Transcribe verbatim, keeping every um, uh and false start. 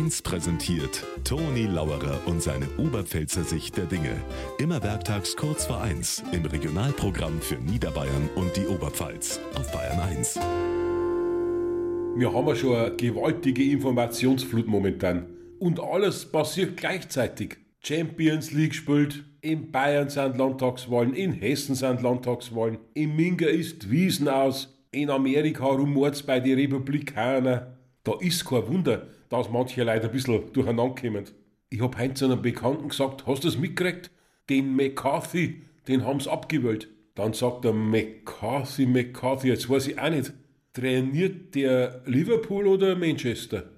eins präsentiert Toni Lauerer und seine Oberpfälzer Sicht der Dinge. Immer werktags kurz vor eins im Regionalprogramm für Niederbayern und die Oberpfalz auf Bayern eins. Wir haben ja schon eine gewaltige Informationsflut momentan. Und alles passiert gleichzeitig. Champions League spielt, in Bayern sind Landtagswahlen, in Hessen sind Landtagswahlen, in Minga ist Wiesen aus, in Amerika rumort's bei den Republikanern. Da ist kein Wunder, dass manche Leute ein bisschen durcheinander kommen. Ich hab heute zu einem Bekannten gesagt, hast du das mitgekriegt? Den McCarthy, den haben's abgewählt. Dann sagt er, McCarthy, McCarthy, jetzt weiß ich auch nicht. Trainiert der Liverpool oder Manchester?